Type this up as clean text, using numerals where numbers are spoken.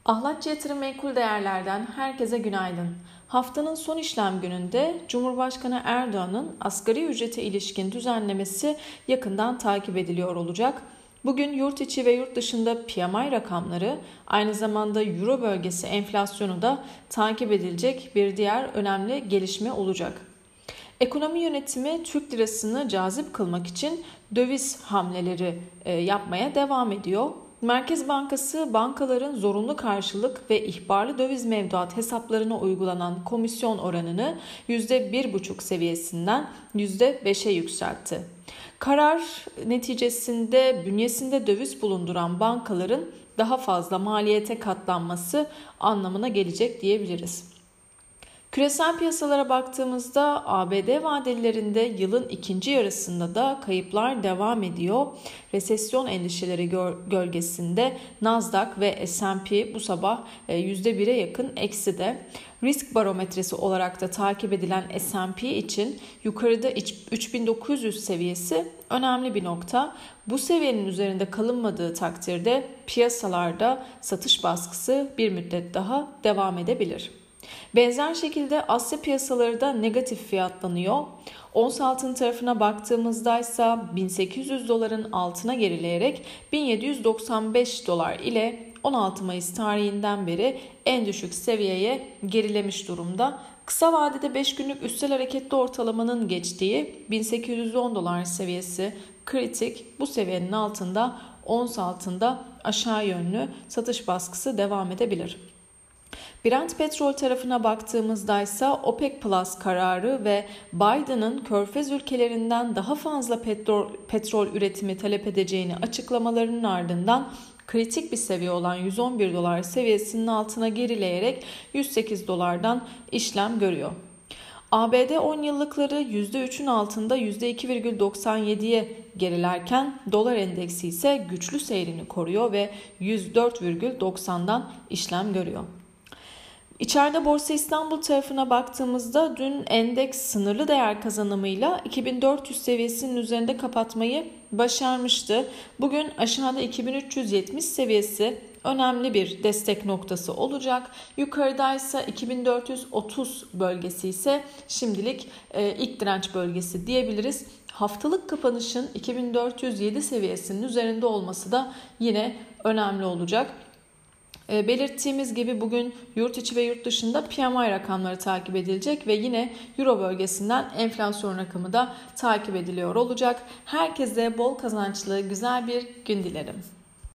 Ahlatçı Yatırım Menkul Değerler'den herkese günaydın. Haftanın son işlem gününde Cumhurbaşkanı Erdoğan'ın asgari ücrete ilişkin düzenlemesi yakından takip ediliyor olacak. Bugün yurt içi ve yurt dışında PMI rakamları, aynı zamanda Euro bölgesi enflasyonu da takip edilecek bir diğer önemli gelişme olacak. Ekonomi yönetimi Türk lirasını cazip kılmak için döviz hamleleri yapmaya devam ediyor. Merkez Bankası bankaların zorunlu karşılık ve ihbarlı döviz mevduat hesaplarına uygulanan komisyon oranını %1,5 seviyesinden %5'e yükseltti. Karar neticesinde bünyesinde döviz bulunduran bankaların daha fazla maliyete katlanması anlamına gelecek diyebiliriz. Küresel piyasalara baktığımızda ABD vadelilerinde yılın ikinci yarısında da kayıplar devam ediyor. Resesyon endişeleri gölgesinde Nasdaq ve S&P bu sabah %1'e yakın ekside. Risk barometresi olarak da takip edilen S&P için yukarıda 3900 seviyesi önemli bir nokta. Bu seviyenin üzerinde kalınmadığı takdirde piyasalarda satış baskısı bir müddet daha devam edebilir. Benzer şekilde Asya piyasaları da negatif fiyatlanıyor. Ons altın tarafına baktığımızda ise 1800 doların altına gerileyerek 1795 dolar ile 16 Mayıs tarihinden beri en düşük seviyeye gerilemiş durumda. Kısa vadede 5 günlük üstel hareketli ortalamanın geçtiği 1810 dolar seviyesi kritik. Bu seviyenin altında ons altında aşağı yönlü satış baskısı devam edebilir. Brent petrol tarafına baktığımızda ise OPEC Plus kararı ve Biden'ın Körfez ülkelerinden daha fazla petrol üretimi talep edeceğini açıklamalarının ardından kritik bir seviye olan 111 dolar seviyesinin altına gerileyerek 108 dolardan işlem görüyor. ABD 10 yıllıkları %3'ün altında %2,97'ye gerilerken dolar endeksi ise güçlü seyrini koruyor ve 104,90'dan işlem görüyor. İçeride Borsa İstanbul tarafına baktığımızda dün endeks sınırlı değer kazanımıyla 2400 seviyesinin üzerinde kapatmayı başarmıştı. Bugün aşağıda 2370 seviyesi önemli bir destek noktası olacak. Yukarıdaysa 2430 bölgesi ise şimdilik ilk direnç bölgesi diyebiliriz. Haftalık kapanışın 2407 seviyesinin üzerinde olması da yine önemli olacak. Belirttiğimiz gibi bugün yurt içi ve yurt dışında PMI rakamları takip edilecek ve yine Euro bölgesinden enflasyon rakamı da takip ediliyor olacak. Herkese bol kazançlı güzel bir gün dilerim.